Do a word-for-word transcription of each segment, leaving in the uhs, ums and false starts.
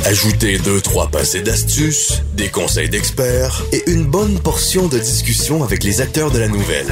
Ajoutez deux, trois passés d'astuces, des conseils d'experts et une bonne portion de discussion avec les acteurs de la nouvelle.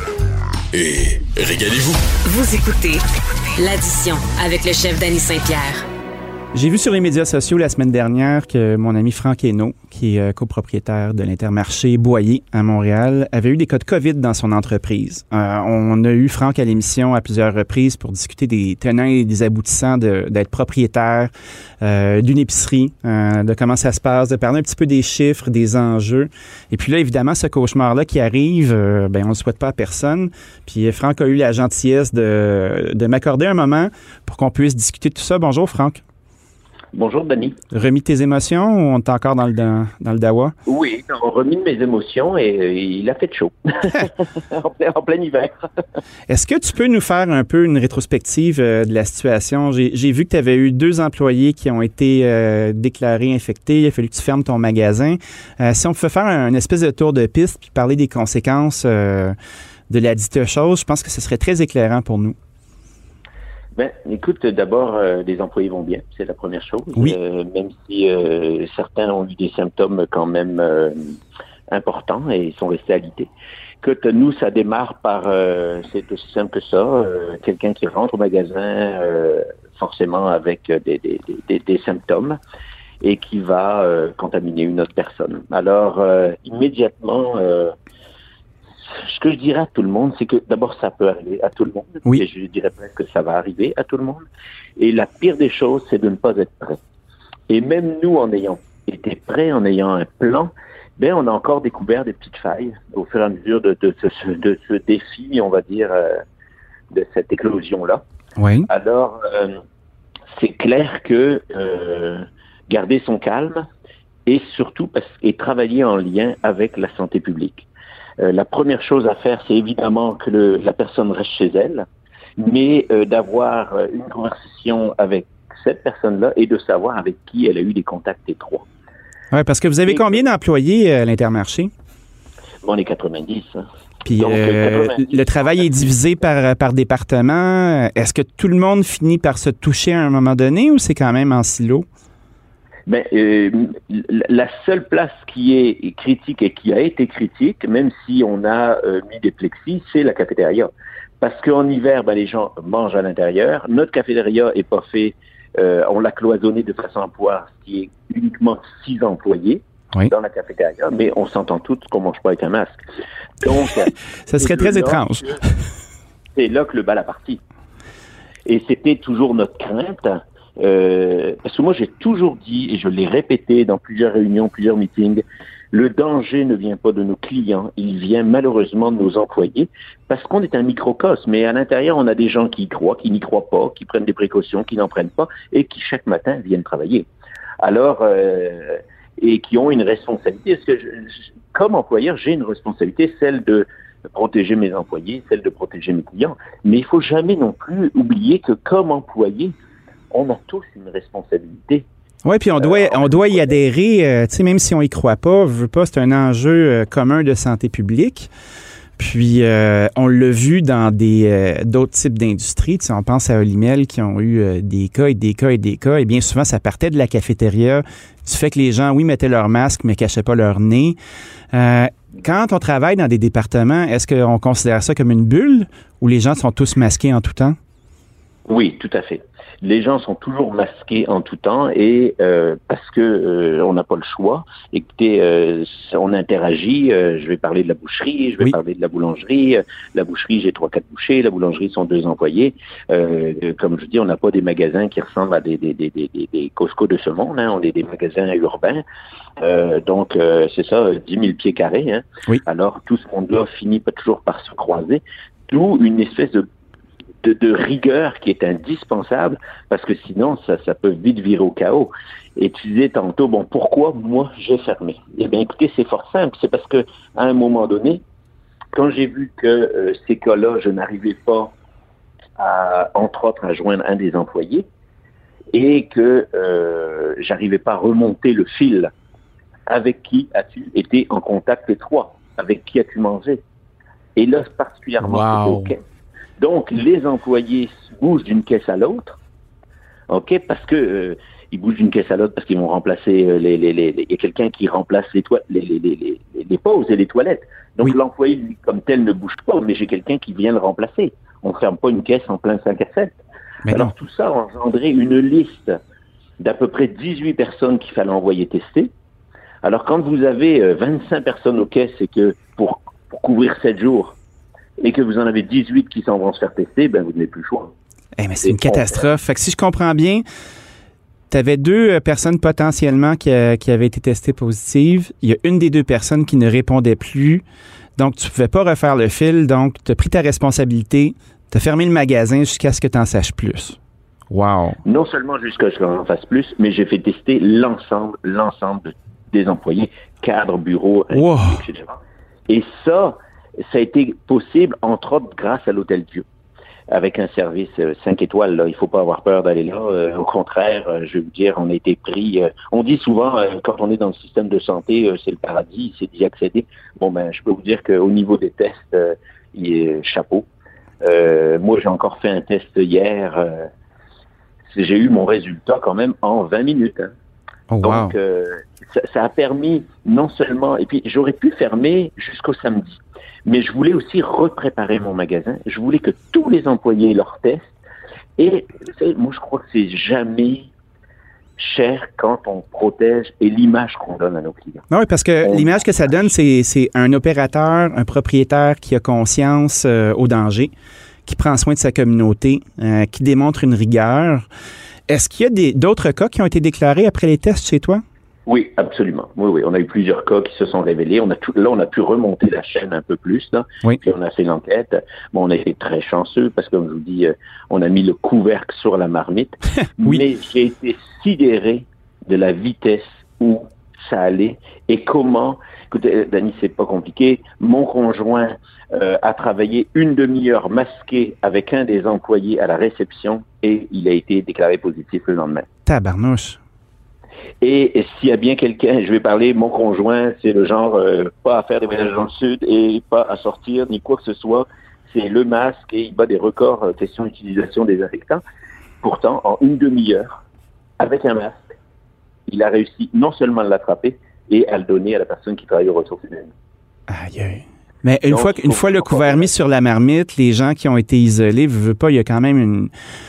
Et régalez-vous. Vous écoutez l'addition avec le chef Danny Saint-Pierre. J'ai vu sur les médias sociaux la semaine dernière que mon ami Franck Hainaut, qui est copropriétaire de l'Intermarché Boyer à Montréal, avait eu des cas de COVID dans son entreprise. Euh, on a eu Franck à l'émission à plusieurs reprises pour discuter des tenants et des aboutissants de, d'être propriétaire euh, d'une épicerie, euh, de comment ça se passe, de parler un petit peu des chiffres, des enjeux. Et puis là, évidemment, ce cauchemar-là qui arrive, euh, ben on ne le souhaite pas à personne. Puis Franck a eu la gentillesse de, de m'accorder un moment pour qu'on puisse discuter de tout ça. Bonjour, Franck. Bonjour, Danny. Remis tes émotions ou on est encore dans le, dans, dans le dawa? Oui, on remis de mes émotions et euh, il a fait chaud. en, plein, en plein hiver. Est-ce que tu peux nous faire un peu une rétrospective euh, de la situation? J'ai, j'ai vu que tu avais eu deux employés qui ont été euh, déclarés infectés. Il a fallu que tu fermes ton magasin. Euh, si on pouvait faire un, une espèce de tour de piste puis parler des conséquences euh, de la dite chose, je pense que ce serait très éclairant pour nous. Ben, écoute, d'abord, euh, les employés vont bien, c'est la première chose. Oui. Euh, même si euh, certains ont eu des symptômes quand même euh, importants et ils sont restés alités. Écoute, nous, ça démarre par, euh, c'est aussi simple que ça, euh, quelqu'un qui rentre au magasin euh, forcément avec des, des, des, des symptômes et qui va euh, contaminer une autre personne. Alors, euh, immédiatement... Euh, Ce que je dirais à tout le monde, c'est que d'abord, ça peut arriver à tout le monde. Oui. Et je dirais presque que ça va arriver à tout le monde. Et la pire des choses, c'est de ne pas être prêt. Et même nous, en ayant été prêts, en ayant un plan, ben, on a encore découvert des petites failles au fur et à mesure de, de, de, ce, de ce défi, on va dire, euh, de cette éclosion-là. Oui. Alors, euh, c'est clair que euh, garder son calme et surtout parce, et travailler en lien avec la santé publique. Euh, la première chose à faire, c'est évidemment que le, la personne reste chez elle, mais euh, d'avoir euh, une conversation avec cette personne-là et de savoir avec qui elle a eu des contacts étroits. Oui, parce que vous avez et, combien d'employés à l'Intermarché? Bon, on est quatre-vingt-dix. Hein. Puis Donc, euh, quatre-vingt-dix, le travail est divisé par, par département. Est-ce que tout le monde finit par se toucher à un moment donné ou c'est quand même en silo? Ben, euh, la seule place qui est critique et qui a été critique, même si on a euh, mis des plexis, c'est la cafétéria. Parce qu'en hiver, ben, les gens mangent à l'intérieur. Notre cafétéria est pas fait, euh, on l'a cloisonné de façon à pouvoir, ce qui est uniquement six employés oui. dans la cafétéria, mais on s'entend tous qu'on mange pas avec un masque. Donc, ça serait très étrange. Que, c'est là que le bal a parti. Et c'était toujours notre crainte. Euh, parce que moi, j'ai toujours dit, et je l'ai répété dans plusieurs réunions, plusieurs meetings, le danger ne vient pas de nos clients, il vient malheureusement de nos employés, parce qu'on est un microcosme, mais à l'intérieur, on a des gens qui y croient, qui n'y croient pas, qui prennent des précautions, qui n'en prennent pas, et qui chaque matin viennent travailler. Alors, euh, et qui ont une responsabilité, parce que je, je, comme employeur, j'ai une responsabilité, celle de protéger mes employés, celle de protéger mes clients, mais il faut jamais non plus oublier que comme employé, on a tous une responsabilité. Oui, puis on doit, euh, on doit y adhérer, euh, tu sais, même si on y croit pas, veut pas, c'est un enjeu euh, commun de santé publique. Puis, euh, on l'a vu dans des euh, d'autres types d'industries. Tu sais, on pense à Olimel qui ont eu euh, des cas et des cas et des cas. Et bien souvent, ça partait de la cafétéria. Du fait que les gens, oui, mettaient leur masque, mais cachaient pas leur nez. Euh, quand on travaille dans des départements, est-ce qu'on considère ça comme une bulle ou les gens sont tous masqués en tout temps? Oui, tout à fait. Les gens sont toujours masqués en tout temps et euh, parce que euh, on n'a pas le choix. Écoutez, euh, on interagit. Euh, je vais parler de la boucherie, je vais oui. parler de la boulangerie. La boucherie, j'ai trois, quatre bouchers. La boulangerie sont deux employés. Euh, comme je dis, on n'a pas des magasins qui ressemblent à des des des des, des Costco de ce monde. Hein. On est des magasins urbains. Euh, donc euh, c'est ça, dix mille pieds carrés. Hein. Oui. Alors tout ce monde-là finit pas toujours par se croiser. D'où une espèce de De, de rigueur qui est indispensable parce que sinon ça, ça peut vite virer au chaos. Et tu disais tantôt, bon, pourquoi moi j'ai fermé? Eh bien écoutez, c'est fort simple, c'est parce que à un moment donné, quand j'ai vu que euh, ces cas-là, je n'arrivais pas à, entre autres, à joindre un des employés et que euh, j'arrivais pas à remonter le fil, avec qui as-tu été en contact étroit? Avec qui as-tu mangé? Et là, particulièrement, wow. c'est OK. Donc, les employés bougent d'une caisse à l'autre, OK, parce que euh, ils bougent d'une caisse à l'autre parce qu'ils vont remplacer euh, les, les, les, les, il y a quelqu'un qui remplace les, toi, les, les, les, les, les pauses et les toilettes. Donc oui. L'employé, lui, comme tel, ne bouge pas, mais j'ai quelqu'un qui vient le remplacer. On ne ferme pas une caisse en plein cinq à sept. Mais Alors non. Tout ça a engendré une liste d'à peu près dix-huit personnes qu'il fallait envoyer tester. Alors quand vous avez euh, vingt-cinq personnes aux caisses et que pour, pour couvrir sept jours, et que vous en avez dix-huit qui s'en vont se faire tester, ben vous n'avez plus le choix. Eh mais c'est une catastrophe. Fait que si je comprends bien, tu avais deux personnes potentiellement qui, a, qui avaient été testées positives. Il y a une des deux personnes qui ne répondait plus. Donc, tu ne pouvais pas refaire le fil. Donc, tu as pris ta responsabilité. Tu as fermé le magasin jusqu'à ce que tu en saches plus. Wow. Non seulement jusqu'à ce que j'en fasse plus, mais j'ai fait tester l'ensemble, l'ensemble des employés, cadres, bureaux, wow. et cetera. Et ça, ça a été possible, entre autres, grâce à l'Hôtel Dieu. Avec un service euh, cinq étoiles, là, il faut pas avoir peur d'aller là. Euh, au contraire, euh, je veux dire, on a été pris. Euh, on dit souvent, euh, quand on est dans le système de santé, euh, c'est le paradis, c'est d'y accéder. Bon, ben, je peux vous dire qu'au niveau des tests, euh, il est chapeau. Euh, moi, j'ai encore fait un test hier. Euh, j'ai eu mon résultat quand même en vingt minutes. Hein. Oh, wow. Donc, euh, ça, ça a permis non seulement. Et puis, j'aurais pu fermer jusqu'au samedi. Mais je voulais aussi repréparer mon magasin. Je voulais que tous les employés leur testent. Et vous savez, moi, je crois que c'est jamais cher quand on protège et l'image qu'on donne à nos clients. Oui, parce que on l'image que ça donne, c'est, c'est un opérateur, un propriétaire qui a conscience euh, au danger, qui prend soin de sa communauté, euh, qui démontre une rigueur. Est-ce qu'il y a des, d'autres cas qui ont été déclarés après les tests chez toi? Oui, absolument. Oui, oui. On a eu plusieurs cas qui se sont révélés. On a tout, là, on a pu remonter la chaîne un peu plus, là. Oui. Puis on a fait l'enquête. Bon, on a été très chanceux parce que, comme je vous dis, on a mis le couvercle sur la marmite. Oui. Mais j'ai été sidéré de la vitesse où ça allait et comment. Écoutez, Dany, c'est pas compliqué. Mon conjoint euh, a travaillé une demi-heure masqué avec un des employés à la réception et il a été déclaré positif le lendemain. Tabarnouche. Et, et s'il y a bien quelqu'un, je vais parler, mon conjoint, c'est le genre euh, pas à faire des voyages dans le sud et pas à sortir, ni quoi que ce soit. C'est le masque et il bat des records euh, question d'utilisation des désinfectants. Pourtant, en une demi-heure, avec un masque, il a réussi non seulement à l'attraper et à le donner à la personne qui travaille aux ressources humaines. Aïe, aïe. Mais une Donc, fois, une fois le couvert mis sur la marmite, les gens qui ont été isolés, veux, veux pas, il y a quand même une...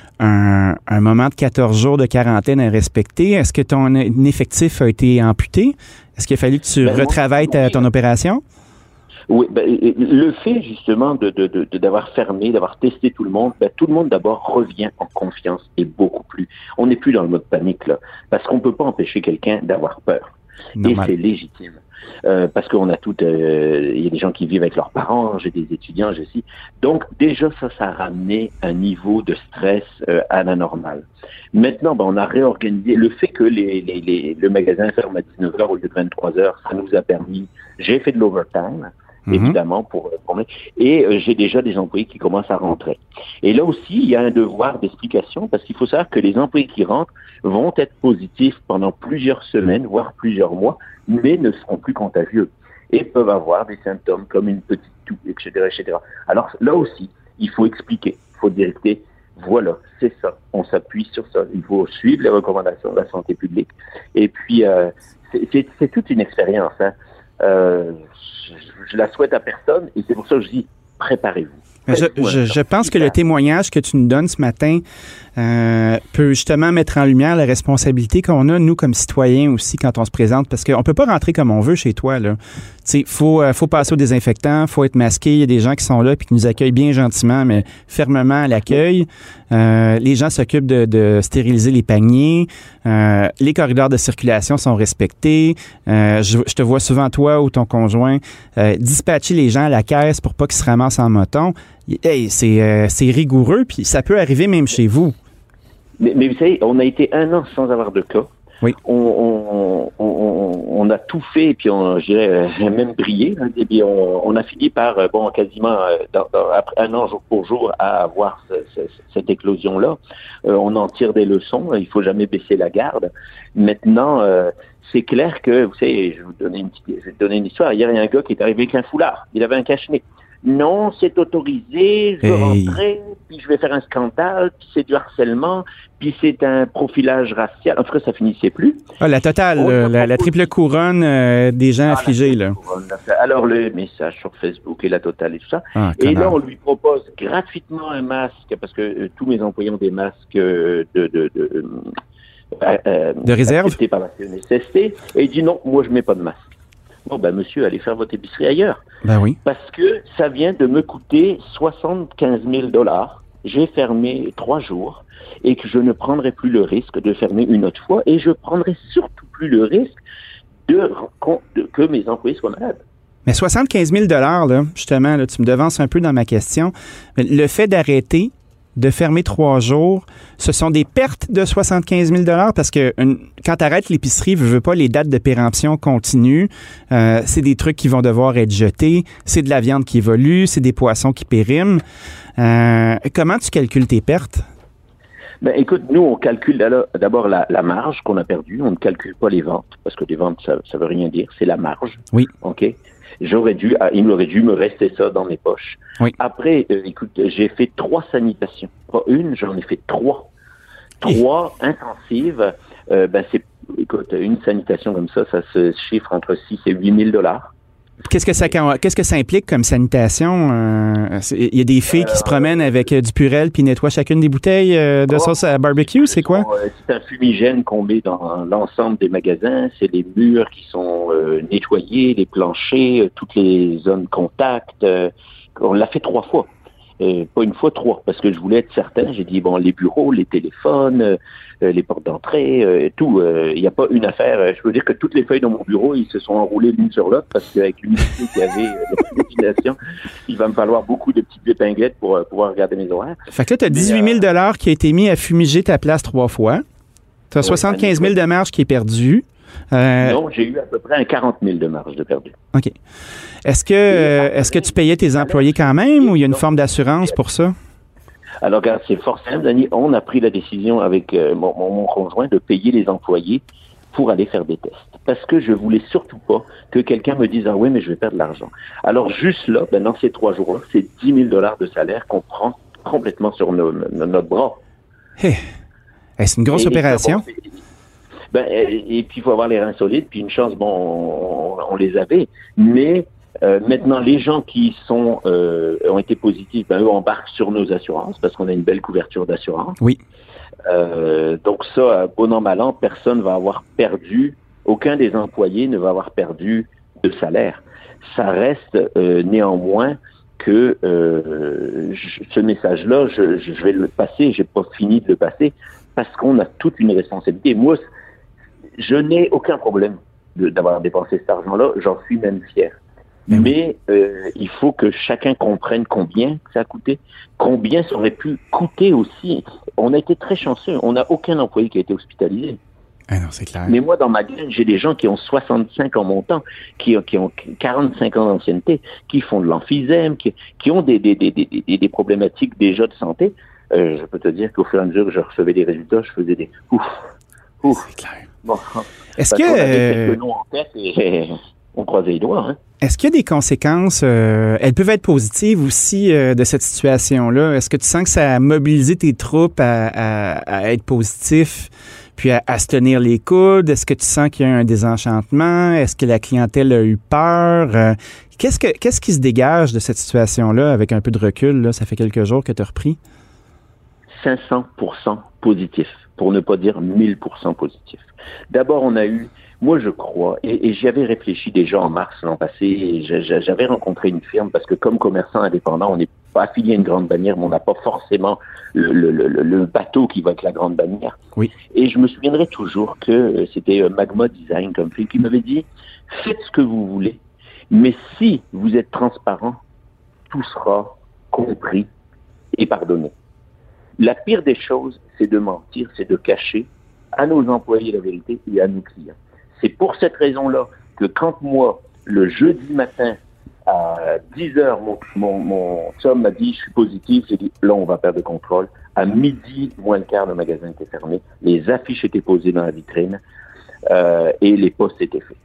Un, un moment de quatorze jours de quarantaine à respecter. Est-ce que ton effectif a été amputé? Est-ce qu'il a fallu que tu ben retravailles moi, ta, ton opération? Oui, ben, le fait justement de, de, de, d'avoir fermé, d'avoir testé tout le monde, ben, tout le monde d'abord revient en confiance et beaucoup plus. On n'est plus dans le mode panique, là, parce qu'on ne peut pas empêcher quelqu'un d'avoir peur. Normal. Et c'est légitime. Euh, parce qu'on a tout, il euh, y a des gens qui vivent avec leurs parents, j'ai des étudiants, j'ai aussi. Donc déjà ça, ça a ramené un niveau de stress euh, à la normale. Maintenant, ben, on a réorganisé. Le fait que les, les, les, le magasin ferme à dix-neuf heures au lieu de vingt-trois heures, ça nous a permis. J'ai fait de l'overtime. Mm-hmm. Évidemment, pour pour et euh, j'ai déjà des employés qui commencent à rentrer. Et là aussi, il y a un devoir d'explication parce qu'il faut savoir que les employés qui rentrent vont être positifs pendant plusieurs semaines, voire plusieurs mois, mais ne seront plus contagieux et peuvent avoir des symptômes comme une petite toux, et cetera, et cetera. Alors là aussi, il faut expliquer, il faut directer. Voilà, c'est ça. On s'appuie sur ça. Il faut suivre les recommandations de la santé publique. Et puis, euh, c'est, c'est, c'est toute une expérience. Hein. Euh, je, je la souhaite à personne et c'est pour ça que je dis préparez-vous. Je, je, je pense que le témoignage que tu nous donnes ce matin euh, peut justement mettre en lumière la responsabilité qu'on a, nous, comme citoyens aussi, quand on se présente, parce qu'on ne peut pas rentrer comme on veut chez toi, là. Tu sais, faut, euh, faut passer au désinfectant, faut être masqué, il y a des gens qui sont là et qui nous accueillent bien gentiment, mais fermement à l'accueil. Euh, les gens s'occupent de, de stériliser les paniers, euh, les corridors de circulation sont respectés. Euh, je, je te vois souvent, toi ou ton conjoint, euh, dispatcher les gens à la caisse pour pas qu'ils se ramassent en moton. Hey, c'est, euh, c'est rigoureux, puis ça peut arriver même chez vous. Mais, mais vous savez, on a été un an sans avoir de cas. Oui. On, on, on, on a tout fait, et puis on, je dirais, même brillé. Hein, et puis on, on a fini par, bon, quasiment dans, dans, après un an jour pour jour à avoir ce, ce, cette éclosion-là. Euh, on en tire des leçons. Il faut jamais baisser la garde. Maintenant, euh, c'est clair que, vous savez, je vais vous donner une petite, je vais vous donner une histoire. Hier, il y a un gars qui est arrivé avec un foulard. Il avait un cache-nez. non, c'est autorisé, je veux Hey. rentrer, puis je vais faire un scandale, puis c'est du harcèlement, puis c'est un profilage racial. En tout cas, ça finissait plus. Ah, la totale, On là, a la, la proposé- triple couronne euh, des gens Ah, affligés, là. Alors, le message sur Facebook et la totale et tout ça. Ah, Et là, connard. on lui propose gratuitement un masque, parce que euh, tous mes employés ont des masques euh, de... de, de euh, euh, De réserve? acceptés par la C N S S T. Et il dit non, moi, je mets pas de masque. Bon, ben, monsieur, allez faire votre épicerie ailleurs. Ben oui. Parce que ça vient de me coûter soixante-quinze mille dollars. J'ai fermé trois jours et que je ne prendrai plus le risque de fermer une autre fois et je prendrai surtout plus le risque de, de que mes employés soient malades. Mais soixante-quinze mille dollars, là, justement, là, tu me devances un peu dans ma question. Mais le fait d'arrêter, de fermer trois jours, ce sont des pertes de soixante-quinze mille dollars parce que une, quand tu arrêtes l'épicerie, veux, veux pas, les dates de péremption continuent. Euh, c'est des trucs qui vont devoir être jetés. C'est de la viande qui évolue. C'est des poissons qui périment. Euh, comment tu calcules tes pertes? Ben, écoute, nous, on calcule d'abord la, la marge qu'on a perdue. On ne calcule pas les ventes, parce que les ventes, ça ne veut rien dire. C'est la marge. Oui. OK? J'aurais dû, il aurait dû me rester ça dans mes poches. Oui. Après, euh, écoute, j'ai fait trois sanitations. Pas une, j'en ai fait trois. Trois intensives. Euh, ben, c'est, écoute, une sanitation comme ça, ça se chiffre entre six et huit mille dollars. Qu'est-ce que ça, qu'est-ce que ça implique comme sanitation? Euh, c'est- Il y a des filles qui se promènent avec euh, du Purell puis nettoient chacune des bouteilles euh, de Oh, sauce à barbecue, c'est quoi? Euh, C'est un fumigène qu'on met dans l'ensemble des magasins. C'est les murs qui sont euh, nettoyés, les planchers, euh, toutes les zones contact. Euh, on l'a fait trois fois. Euh, pas une fois, trois, parce que je voulais être certain. J'ai dit, bon, les bureaux, les téléphones, euh, les portes d'entrée, euh, tout. Il n'y a pas une affaire. Je peux dire que toutes les feuilles dans mon bureau, ils se sont enroulées l'une sur l'autre, parce qu'avec l'humidité qu'il y avait, euh, la ventilation, il va me falloir beaucoup de petites épinglettes pour euh, pouvoir regarder mes horaires. Fait que là, tu as dix-huit mille dollars qui a été mis à fumiger ta place trois fois. Tu as Ouais, soixante-quinze mille de marge qui est perdu. Euh, Non, j'ai eu à peu près un quarante mille de marge de perdu. OK. Est-ce que, euh, est-ce que tu payais tes employés quand même ou il y a une forme d'assurance pour ça? Alors, regarde, c'est fort simple, Dani. On a pris la décision avec euh, mon, mon, mon conjoint de payer les employés pour aller faire des tests. Parce que je voulais surtout pas que quelqu'un me dise « Ah oui, mais je vais perdre de l'argent ». Alors, juste là, ben, dans ces trois jours-là, c'est dix mille dollars de salaire qu'on prend complètement sur nos, nos, notre bras. Hey. Hey, c'est une grosse Et- opération. et- Ben, et, et puis, il faut avoir les reins solides. Puis, une chance, bon, on, on les avait. Mais euh, maintenant, les gens qui sont euh, ont été positifs, ben, eux embarquent sur nos assurances parce qu'on a une belle couverture d'assurance. Oui. Euh, donc ça, bon an, mal an, personne va avoir perdu, aucun des employés ne va avoir perdu de salaire. Ça reste euh, néanmoins que euh, je, ce message-là, je, je vais le passer, j'ai pas fini de le passer, parce qu'on a toute une responsabilité. Moi, je n'ai aucun problème de, d'avoir dépensé cet argent-là, j'en suis même fier. Mais, Mais euh, il faut que chacun comprenne combien ça a coûté, combien ça aurait pu coûter aussi. On a été très chanceux, on n'a aucun employé qui a été hospitalisé. Ah non, c'est clair. Mais moi, dans ma gang, j'ai des gens qui ont soixante-cinq ans montant, qui, qui ont quarante-cinq ans d'ancienneté, qui font de l'emphysème, qui, qui ont des, des, des, des, des problématiques déjà de santé. Euh, je peux te dire qu'au fur et à mesure que je recevais des résultats, je faisais des ouf, ouf. C'est clair. Bon, Est-ce parce que, qu'on avait euh, quelques noms en tête et on croisait les doigts, hein. est-ce qu'il y a des conséquences, euh, elles peuvent être positives aussi euh, de cette situation-là? Est-ce que tu sens que ça a mobilisé tes troupes à, à, à être positifs, puis à, à se tenir les coudes? Est-ce que tu sens qu'il y a un désenchantement? Est-ce que la clientèle a eu peur? Euh, qu'est-ce, que, qu'est-ce qui se dégage de cette situation-là avec un peu de recul? Là? Ça fait quelques jours que tu as repris. cinq cents pour cent positif, pour ne pas dire mille pour cent positif. D'abord, on a eu, moi je crois, et, et j'y avais réfléchi déjà en mars l'an passé, et j'avais rencontré une firme, parce que comme commerçant indépendant, on n'est pas affilié à une grande bannière, mais on n'a pas forcément le, le, le, le bateau qui va avec la grande bannière. Oui. Et je me souviendrai toujours que euh, c'était euh, Magma Design comme film qui m'avait dit, faites ce que vous voulez, mais si vous êtes transparent, tout sera compris et pardonné. La pire des choses, c'est de mentir, c'est de cacher à nos employés la vérité et à nos clients. C'est pour cette raison-là que quand moi, le jeudi matin, à dix heures, mon, mon, mon chum m'a dit « je suis positif », j'ai dit « là, on va perdre le contrôle ». À midi, moins le quart, le magasin était fermé, les affiches étaient posées dans la vitrine euh, et les postes étaient faits.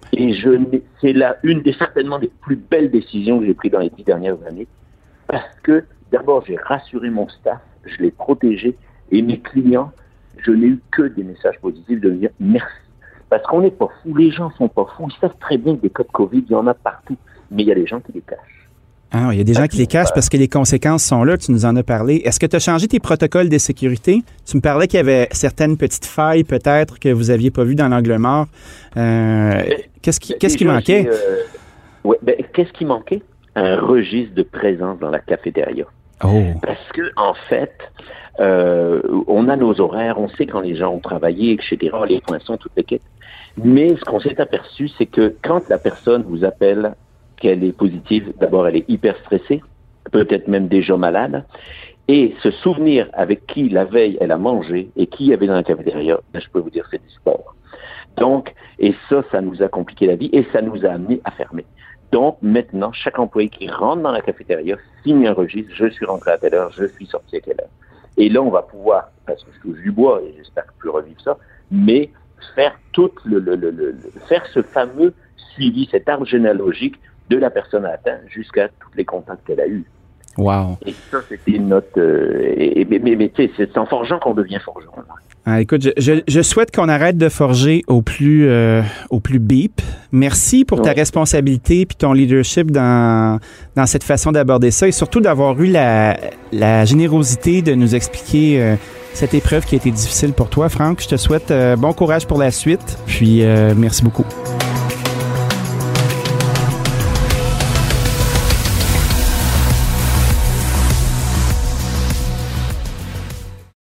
Et je, c'est là une des certainement des plus belles décisions que j'ai prises dans les dix dernières années, parce que d'abord j'ai rassuré mon staff, je l'ai protégé, et mes clients, je n'ai eu que des messages positifs de me dire merci. Parce qu'on n'est pas fous, les gens sont pas fous, ils savent très bien que des cas de COVID, il y en a partout, mais il y a des gens qui les cachent. Ah, il y a des gens qui les cachent parce que les conséquences sont là, tu nous en as parlé. Est-ce que tu as changé tes protocoles de sécurité? Tu me parlais qu'il y avait certaines petites failles peut-être que vous n'aviez pas vues dans l'angle mort. Euh, qu'est-ce qui, qu'est-ce qui manquait? Euh, ouais, ben, qu'est-ce qui manquait? Un registre de présence dans la cafétéria. Oh. Parce que en fait, euh, on a nos horaires, on sait quand les gens ont travaillé, et cetera, les poinçons, toutes les quêtes. Mais ce qu'on s'est aperçu, c'est que quand la personne vous appelle qu'elle est positive, d'abord elle est hyper stressée, peut-être même déjà malade, et se souvenir avec qui la veille elle a mangé et qui y avait dans la cafétéria, ben, je peux vous dire c'est du sport. Donc, et ça, ça nous a compliqué la vie et ça nous a amené à fermer. Donc maintenant, chaque employé qui rentre dans la cafétéria signe un registre, je suis rentré à telle heure, je suis sorti à quelle heure. Et là, on va pouvoir, parce que je touche du bois et j'espère que je peux revivre ça, mais faire tout le, le, le, le faire ce fameux suivi, cet arbre généalogique de la personne atteinte jusqu'à tous les contacts qu'elle a eus. Wow. Et ça, c'était une note... Euh, et, et, mais mais, mais tu sais, c'est en forgeant qu'on devient forgeron. Ah, écoute, je, je, je souhaite qu'on arrête de forger au plus euh, au plus beep. Merci pour ta ouais. responsabilité puis ton leadership dans dans cette façon d'aborder ça et surtout d'avoir eu la, la générosité de nous expliquer euh, cette épreuve qui a été difficile pour toi, Franck. Je te souhaite euh, bon courage pour la suite. Puis, euh, merci beaucoup.